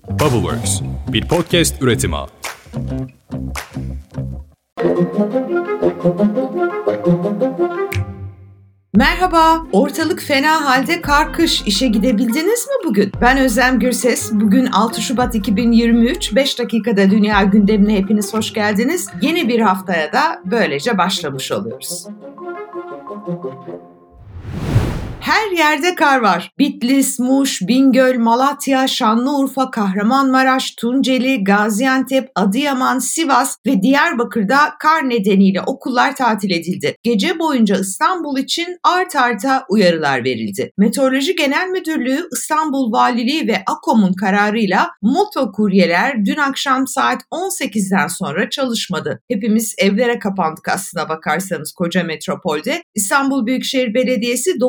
Bubbleworks, bir podcast üretimi. Merhaba, ortalık fena halde kar-kış. İşe gidebildiniz mi bugün? Ben Özlem Gürses. Bugün 6 Şubat 2023, 5 dakikada dünya gündemine hepiniz hoş geldiniz. Yeni bir haftaya da böylece başlamış oluyoruz. Her yerde kar var. Bitlis, Muş, Bingöl, Malatya, Şanlıurfa, Kahramanmaraş, Tunceli, Gaziantep, Adıyaman, Sivas ve Diyarbakır'da kar nedeniyle okullar tatil edildi. Gece boyunca İstanbul için art arda uyarılar verildi. Meteoroloji Genel Müdürlüğü, İstanbul Valiliği ve AKOM'un kararıyla motokuryeler dün akşam saat 18'den sonra çalışmadı. Hepimiz evlere kapandık aslına bakarsanız koca metropolde. İstanbul Büyükşehir Belediyesi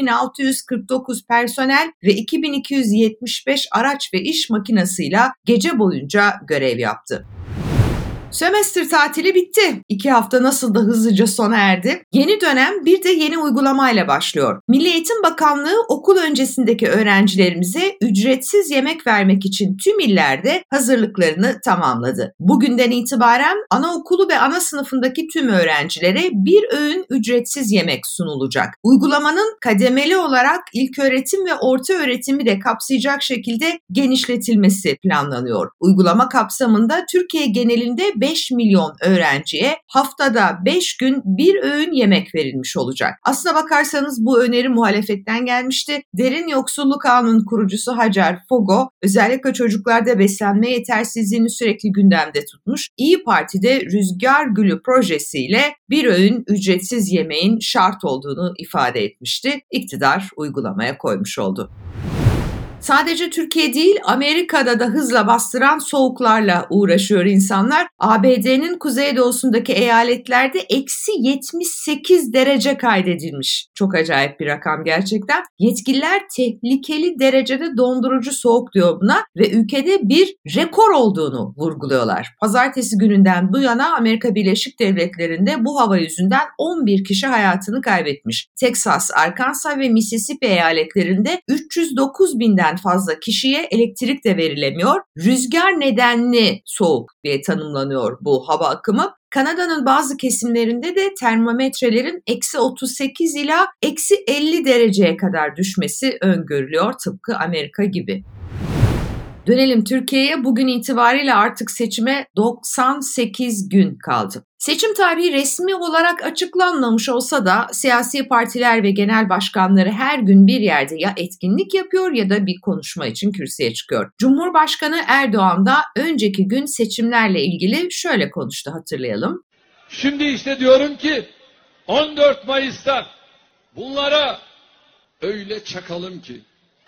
9649 personel ve 2275 araç ve iş makinasıyla gece boyunca görev yaptı. Sömestr tatili bitti. 2 hafta nasıl da hızlıca sona erdi. Yeni dönem bir de yeni uygulamayla başlıyor. Milli Eğitim Bakanlığı okul öncesindeki öğrencilerimize ücretsiz yemek vermek için tüm illerde hazırlıklarını tamamladı. Bugünden itibaren anaokulu ve ana sınıfındaki tüm öğrencilere bir öğün ücretsiz yemek sunulacak. Uygulamanın kademeli olarak ilköğretim ve orta öğretimi de kapsayacak şekilde genişletilmesi planlanıyor. Uygulama kapsamında Türkiye genelinde 5 milyon öğrenciye haftada 5 gün bir öğün yemek verilmiş olacak. Aslına bakarsanız bu öneri muhalefetten gelmişti. Derin Yoksulluk Ağı'nın kurucusu Hacer Fogo özellikle çocuklarda beslenme yetersizliğini sürekli gündemde tutmuş. İYİ Parti'de Rüzgar Gülü projesiyle bir öğün ücretsiz yemeğin şart olduğunu ifade etmişti. İktidar uygulamaya koymuş oldu. Sadece Türkiye değil, Amerika'da da hızla bastıran soğuklarla uğraşıyor insanlar. ABD'nin kuzeydoğusundaki eyaletlerde eksi 78 derece kaydedilmiş. Çok acayip bir rakam gerçekten. Yetkililer tehlikeli derecede dondurucu soğuk diyor buna ve ülkede bir rekor olduğunu vurguluyorlar. Pazartesi gününden bu yana Amerika Birleşik Devletleri'nde bu hava yüzünden 11 kişi hayatını kaybetmiş. Texas, Arkansas ve Mississippi eyaletlerinde 309 binden fazla kişiye elektrik de verilemiyor. Rüzgar nedenli soğuk diye tanımlanıyor bu hava akımı. Kanada'nın bazı kesimlerinde de termometrelerin eksi 38 ila eksi 50 dereceye kadar düşmesi öngörülüyor tıpkı Amerika gibi. Dönelim Türkiye'ye. Bugün itibariyle artık seçime 98 gün kaldı. Seçim tarihi resmi olarak açıklanmamış olsa da siyasi partiler ve genel başkanları her gün bir yerde ya etkinlik yapıyor ya da bir konuşma için kürsüye çıkıyor. Cumhurbaşkanı Erdoğan da önceki gün seçimlerle ilgili şöyle konuştu, hatırlayalım. Şimdi işte diyorum ki 14 Mayıs'ta bunlara öyle çakalım ki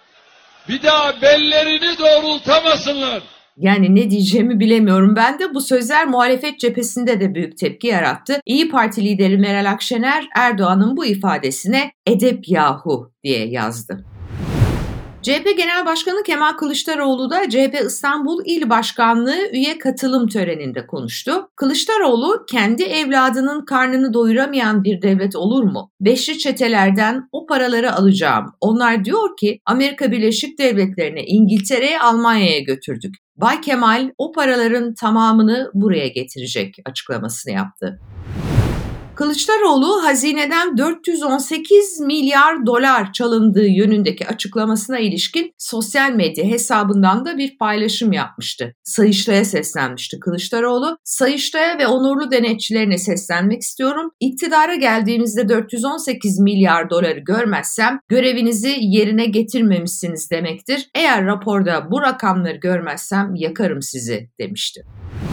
bir daha bellerini doğrultamasınlar. Yani ne diyeceğimi bilemiyorum ben de. Bu sözler muhalefet cephesinde de büyük tepki yarattı. İYİ Parti lideri Meral Akşener Erdoğan'ın bu ifadesine "edep yahu" diye yazdı. CHP Genel Başkanı Kemal Kılıçdaroğlu da CHP İstanbul İl Başkanlığı üye katılım töreninde konuştu. Kılıçdaroğlu kendi evladının karnını doyuramayan bir devlet olur mu? Beşli çetelerden o paraları alacağım. Onlar diyor ki Amerika Birleşik Devletleri'ne, İngiltere'ye, Almanya'ya götürdük. Bay Kemal o paraların tamamını buraya getirecek açıklamasını yaptı. Kılıçdaroğlu hazineden 418 milyar dolar çalındığı yönündeki açıklamasına ilişkin sosyal medya hesabından da bir paylaşım yapmıştı. Sayıştay'a seslenmişti Kılıçdaroğlu. Sayıştay'a ve onurlu denetçilerine seslenmek istiyorum. İktidara geldiğimizde 418 milyar doları görmezsem görevinizi yerine getirmemişsiniz demektir. Eğer raporda bu rakamları görmezsem yakarım sizi demişti.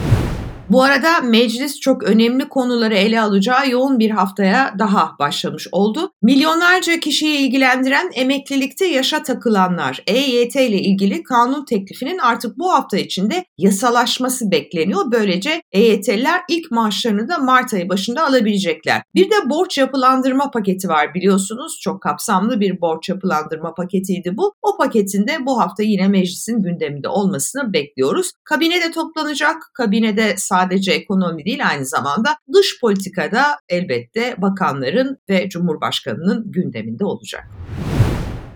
Bu arada meclis çok önemli konuları ele alacağı yoğun bir haftaya daha başlamış oldu. Milyonlarca kişiyi ilgilendiren emeklilikte yaşa takılanlar EYT ile ilgili kanun teklifinin artık bu hafta içinde yasalaşması bekleniyor. Böylece EYT'liler ilk maaşlarını da Mart ayı başında alabilecekler. Bir de borç yapılandırma paketi var biliyorsunuz. Çok kapsamlı bir borç yapılandırma paketiydi bu. O paketin de bu hafta yine meclisin gündeminde olmasını bekliyoruz. Kabine de toplanacak. Kabinede sadece ekonomi değil, aynı zamanda dış politikada elbette bakanların ve Cumhurbaşkanının gündeminde olacak.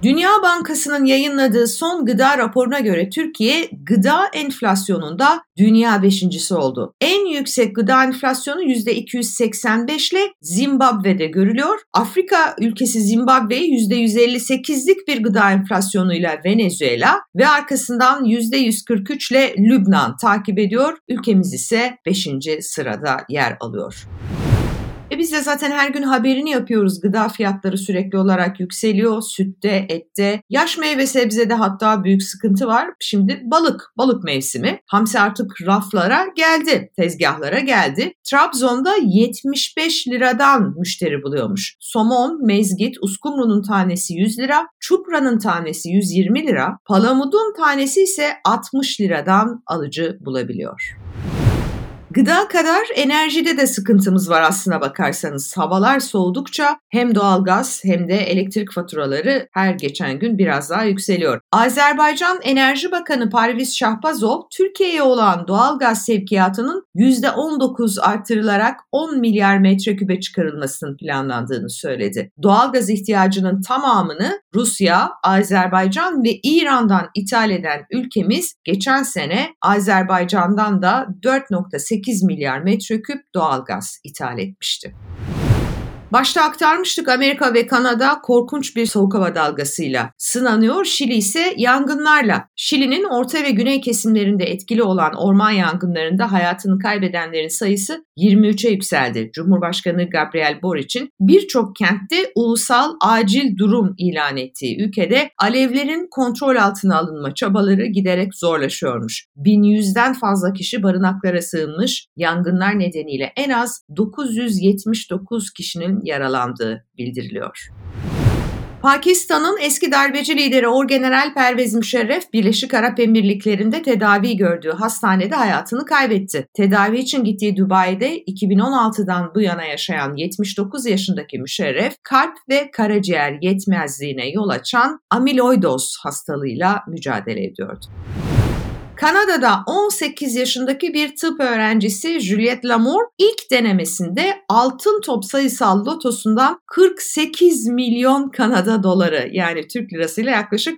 Dünya Bankası'nın yayınladığı son gıda raporuna göre Türkiye gıda enflasyonunda dünya 5.'si oldu. En yüksek gıda enflasyonu %285 ile Zimbabwe'de görülüyor. Afrika ülkesi Zimbabwe'yi %158'lik bir gıda enflasyonuyla Venezuela ve arkasından %143 ile Lübnan takip ediyor. Ülkemiz ise 5. sırada yer alıyor. Biz de zaten her gün haberini yapıyoruz. Gıda fiyatları sürekli olarak yükseliyor. Sütte, ette, yaş meyve sebzede hatta büyük sıkıntı var. Şimdi balık mevsimi. Hamsi artık raflara geldi, tezgahlara geldi. Trabzon'da 75 liradan müşteri buluyormuş. Somon, mezgit, uskumrunun tanesi 100 lira, çupranın tanesi 120 lira, palamudun tanesi ise 60 liradan alıcı bulabiliyor. Gıda kadar enerjide de sıkıntımız var aslına bakarsanız. Havalar soğudukça hem doğalgaz hem de elektrik faturaları her geçen gün biraz daha yükseliyor. Azerbaycan Enerji Bakanı Parviz Şahbazov, Türkiye'ye olan doğalgaz sevkiyatının %19 artırılarak 10 milyar metrekübe çıkarılmasının planlandığını söyledi. Doğalgaz ihtiyacının tamamını Rusya, Azerbaycan ve İran'dan ithal eden ülkemiz geçen sene Azerbaycan'dan da 4,8 milyar metreküp doğalgaz ithal etmişti. Başta aktarmıştık, Amerika ve Kanada korkunç bir soğuk hava dalgasıyla sınanıyor. Şili ise yangınlarla. Şili'nin orta ve güney kesimlerinde etkili olan orman yangınlarında hayatını kaybedenlerin sayısı 23'e yükseldi. Cumhurbaşkanı Gabriel Boric'in birçok kentte ulusal acil durum ilan ettiği ülkede alevlerin kontrol altına alınma çabaları giderek zorlaşıyormuş. 1100'den fazla kişi barınaklara sığınmış. Yangınlar nedeniyle en az 979 kişinin yaralandığı bildiriliyor. Pakistan'ın eski darbeci lideri Orgeneral Pervez Müşerref, Birleşik Arap Emirlikleri'nde tedavi gördüğü hastanede hayatını kaybetti. Tedavi için gittiği Dubai'de 2016'dan bu yana yaşayan 79 yaşındaki Müşerref, kalp ve karaciğer yetmezliğine yol açan amiloidoz hastalığıyla mücadele ediyordu. Kanada'da 18 yaşındaki bir tıp öğrencisi Juliette Lamour ilk denemesinde altın top sayısal lotosundan 48 milyon Kanada doları, yani Türk lirasıyla yaklaşık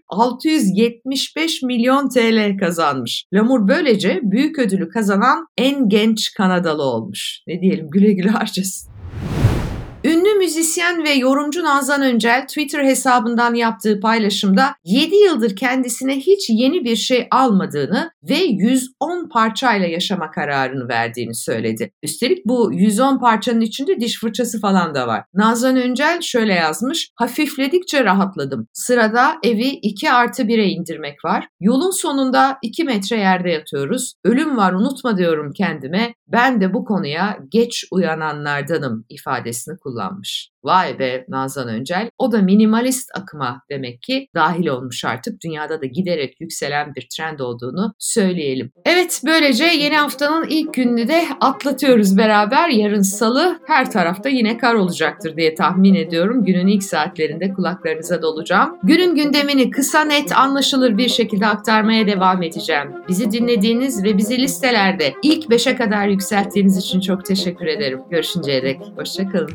675 milyon TL kazanmış. Lamour böylece büyük ödülü kazanan en genç Kanadalı olmuş. Ne diyelim, güle güle harcasın. Ünlü müzisyen ve yorumcu Nazan Öncel Twitter hesabından yaptığı paylaşımda 7 yıldır kendisine hiç yeni bir şey almadığını ve 110 parçayla yaşama kararını verdiğini söyledi. Üstelik bu 110 parçanın içinde diş fırçası falan da var. Nazan Öncel şöyle yazmış: "Hafifledikçe rahatladım. Sırada evi 2+1'e indirmek var. Yolun sonunda 2 metre yerde yatıyoruz. Ölüm var, unutma diyorum kendime. Ben de bu konuya geç uyananlardanım" ifadesini kullanmış. Vay be Nazan Öncel, o da minimalist akıma demek ki dahil olmuş artık. Dünyada da giderek yükselen bir trend olduğunu söyleyelim. Evet, böylece yeni haftanın ilk gününü de atlatıyoruz beraber. Yarın Salı, her tarafta yine kar olacaktır diye tahmin ediyorum. Günün ilk saatlerinde kulaklarınıza dolacağım. Günün gündemini kısa, net, anlaşılır bir şekilde aktarmaya devam edeceğim. Bizi dinlediğiniz ve bizi listelerde ilk 5'e kadar yükselttiğiniz için çok teşekkür ederim. Görüşünceye dek hoşça kalın.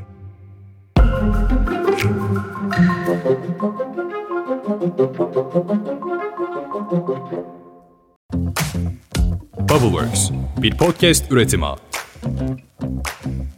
Bubbleworks, bir podcast üretimi.